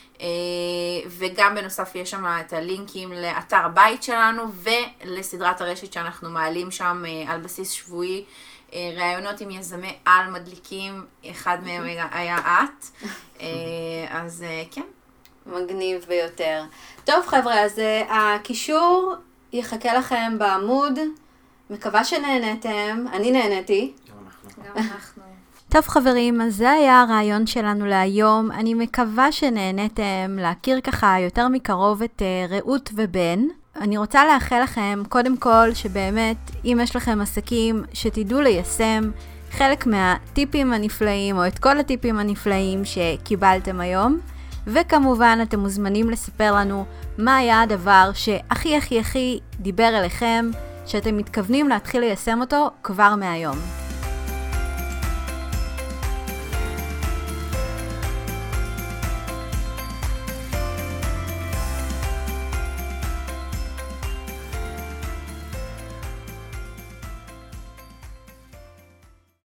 וגם בנוסף יש שם את הלינקים לאתר הבית שלנו ולסדרת הרשת שאנחנו מעלים שם על בסיס שבועי. רעיונות עם יזמי על מדליקים, אחד מהם היה את, אז כן. מגניב ביותר. טוב חבר'ה, אז הקישור יחכה לכם בעמוד, מקווה שנהנתם, אני נהניתי. גם אנחנו. גם אנחנו. טוב חברים, אז זה היה הרעיון שלנו להיום. אני מקווה שנהנתם להכיר ככה יותר מקרוב את רעות ובן. אני רוצה לאחל לכם קודם כל שבאמת אם יש לכם עסקים שתדעו ליישם חלק מהטיפים הנפלאים או את כל הטיפים הנפלאים שקיבלתם היום, וכמובן אתם מוזמנים לספר לנו מה היה הדבר שהכי הכי הכי דיבר אליכם, שאתם מתכוונים להתחיל ליישם אותו כבר מהיום.